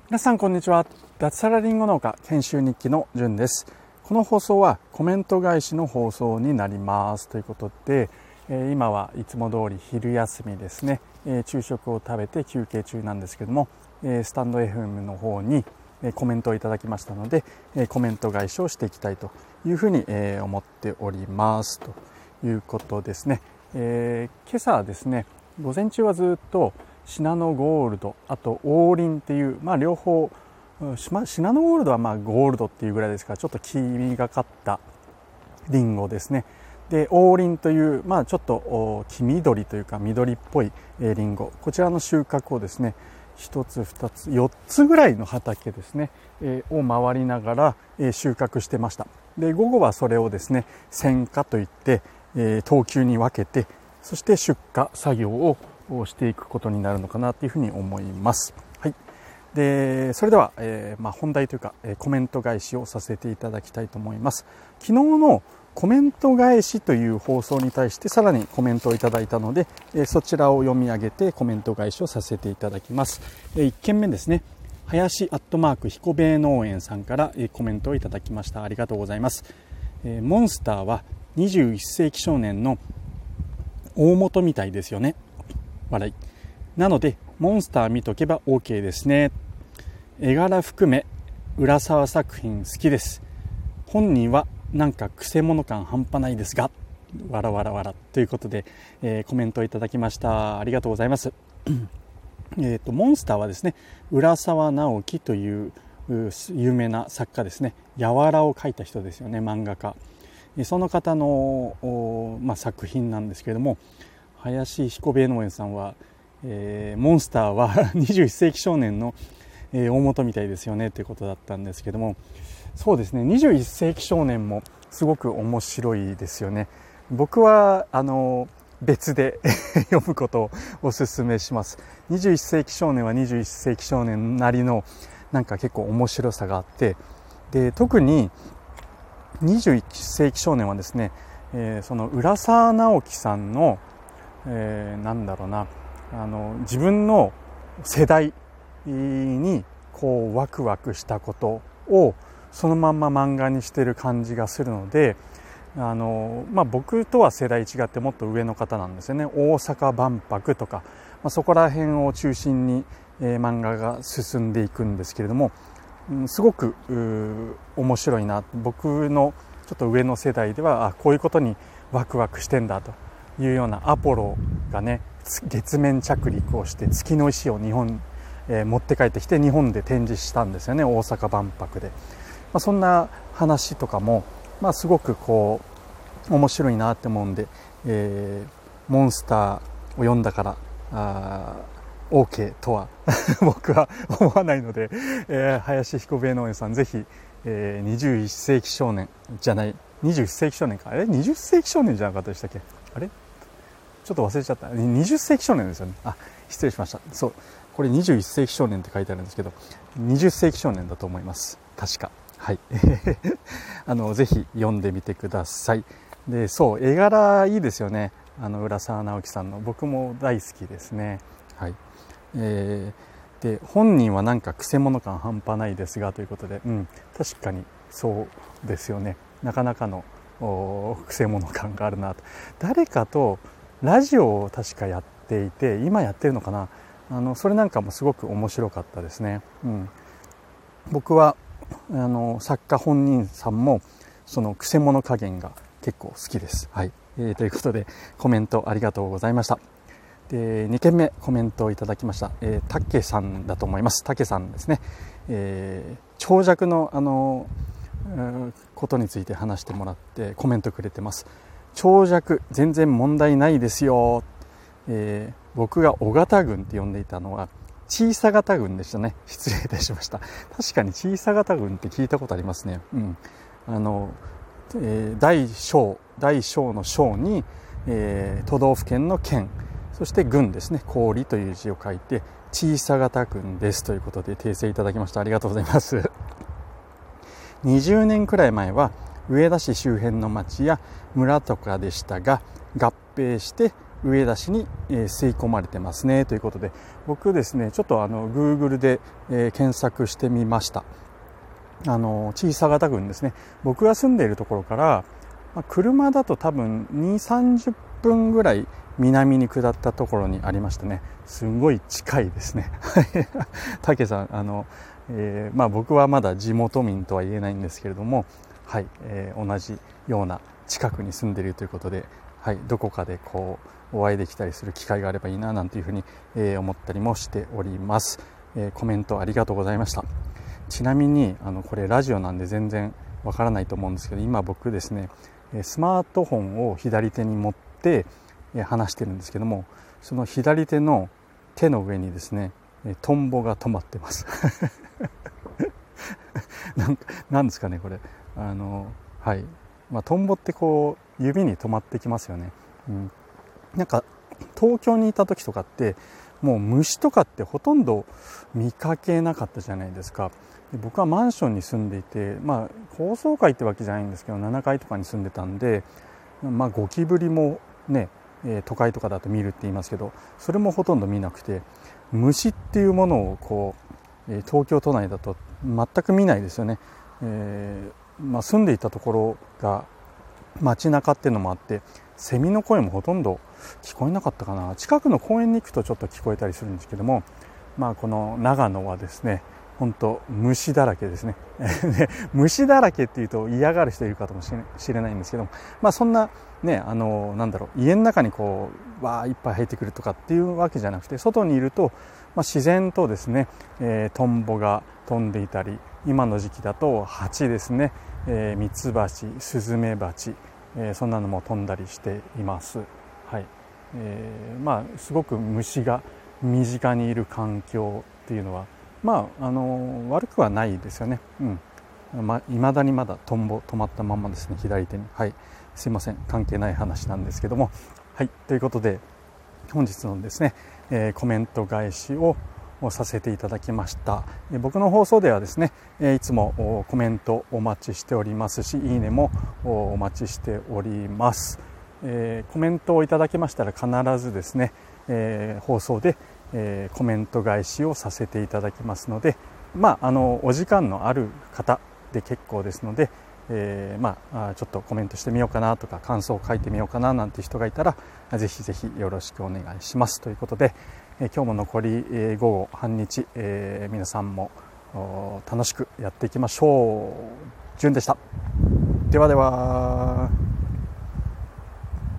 皆さんこんにちは。脱サラリンゴ農家研修日記のじゅんです。この放送はコメント返しの放送になりますということで、今はいつも通り昼休みですね。昼食を食べて休憩中なんですけども、スタンド FM の方にコメントをいただきましたので、コメント返しをしていきたいというふうに思っておりますということですね。今朝はですね、午前中はずっとシナノゴールド、あと王林っていう、両方シナノゴールドはゴールドっていうぐらいですから、ちょっと黄みがかったリンゴですね。で王林という、ちょっと黄緑というか緑っぽいリンゴ、こちらの収穫をですね、1つ2つ4つぐらいの畑ですね、を回りながら収穫してました。で午後はそれをですね、選果といって等級に分けて、そして出荷作業をしていくことになるのかなというふうに思います。はい。でそれでは、本題というか、コメント返しをさせていただきたいと思います。昨日のコメント返しという放送に対してさらにコメントをいただいたので、そちらを読み上げてコメント返しをさせていただきます。1件目ですね、林@彦兵衛農園さんからコメントをいただきました。ありがとうございます。モンスターは21世紀少年の大元みたいですよね。笑い。なのでモンスター見とけば OK ですね。絵柄含め浦沢作品好きです。本人はなんかくせ者感半端ないですが、わらわらわらということで、コメントをいただきました。ありがとうございます。モンスターはですね、浦沢直樹という有名な作家ですね。やわらを描いた人ですよね、漫画家。その方の、作品なんですけれども、林彦兵衛農園さんは、モンスターは21世紀少年の、大元みたいですよねということだったんですけども、そうですね、21世紀少年もすごく面白いですよね。僕は別で読むことをお勧めします。21世紀少年は21世紀少年なりのなんか結構面白さがあって、で特に21世紀少年はですね、その浦沢直樹さんの、自分の世代にこうワクワクしたことをそのまんま漫画にしてる感じがするので、僕とは世代違ってもっと上の方なんですよね。大阪万博とか、そこら辺を中心に、漫画が進んでいくんですけれども、すごく面白いな。僕のちょっと上の世代ではこういうことにワクワクしてんだというような、アポロがね月面着陸をして月の石を日本、持って帰ってきて日本で展示したんですよね、大阪万博で。そんな話とかも、すごくこう面白いなって思うんで、モンスターを読んだからOK とは僕は思わないので、林彦兵衛農園さんぜひ、21世紀少年じゃない21世紀少年か、20世紀少年じゃなかったでしたっけ、ちょっと忘れちゃった。20世紀少年ですよね。失礼しました。そう、これ21世紀少年って書いてあるんですけど、20世紀少年だと思います、確か。はいぜひ読んでみてください。でそう絵柄いいですよね、浦沢直樹さんの。僕も大好きですね。はい。で本人はなんかくせ者感半端ないですがということで、確かにそうですよね。なかなかのくせ者感があるなと。誰かとラジオを確かやっていて、今やってるのかな、それなんかもすごく面白かったですね。僕は作家本人さんもそのくせ者加減が結構好きです。はい。ということでコメントありがとうございました。で2件目コメントをいただきました。たけさんだと思います。たけさんですね。長尺のことについて話してもらってコメントくれてます。長尺全然問題ないですよ。僕が尾形軍って呼んでいたのは小さ型軍でしたね。失礼いたしました。確かに小さ型軍って聞いたことありますね。大小の小に、都道府県の県、そして軍ですね、氷という字を書いて小さ型軍ですということで訂正いただきました。ありがとうございます。20年くらい前は上田市周辺の町や村とかでしたが、合併して上田市に、吸い込まれてますねということで、僕ですねちょっとGoogle で、検索してみました。小佐潟郡ですね。僕が住んでいるところから、車だと多分2、30分ぐらい南に下ったところにありましたね。すごい近いですね。竹さん、僕はまだ地元民とは言えないんですけれども、はい、同じような近くに住んでいるということで、はい、どこかでこうお会いできたりする機会があればいいななんていうふうに、思ったりもしております。コメントありがとうございました。ちなみにこれラジオなんで全然わからないと思うんですけど、今僕ですねスマートフォンを左手に持って話してるんですけども、その左手の手の上にですねトンボが止まってますなんですかねこれ、はい、トンボってこう指に止まってきますよね。なんか東京にいた時とかってもう虫とかってほとんど見かけなかったじゃないですか。で僕はマンションに住んでいて、高層階ってわけじゃないんですけど7階とかに住んでたんで、ゴキブリもね、都会とかだと見るって言いますけど、それもほとんど見なくて、虫っていうものをこう、東京都内だと全く見ないですよね。住んでいたところが街中っていうのもあって、セミの声もほとんど聞こえなかったかな。近くの公園に行くとちょっと聞こえたりするんですけども、この長野はですね本当虫だらけですね虫だらけっていうと嫌がる人いるかもしれないんですけども、そんなね家の中にこうわーいっぱい入ってくるとかっていうわけじゃなくて、外にいると、自然とですね、トンボが飛んでいたり、今の時期だと蜂ですね、ミツバチ、スズメバチ、そんなのも飛んだりしています。はい、すごく虫が身近にいる環境っていうのは悪くはないですよね。未だにまだトンボ止まったままですね、左手に。はい、すいません、関係ない話なんですけども、はい、ということで本日のですね、コメント返しをさせていただきました。僕の放送ではですね、いつもコメントお待ちしておりますし、いいねもお待ちしております。コメントをいただけましたら必ずですね、放送で、コメント返しをさせていただきますので、お時間のある方で結構ですので、ちょっとコメントしてみようかなとか感想を書いてみようかななんて人がいたらぜひぜひよろしくお願いしますということで、今日も残り午後半日、皆さんも楽しくやっていきましょう。じゅんでした。ではでは。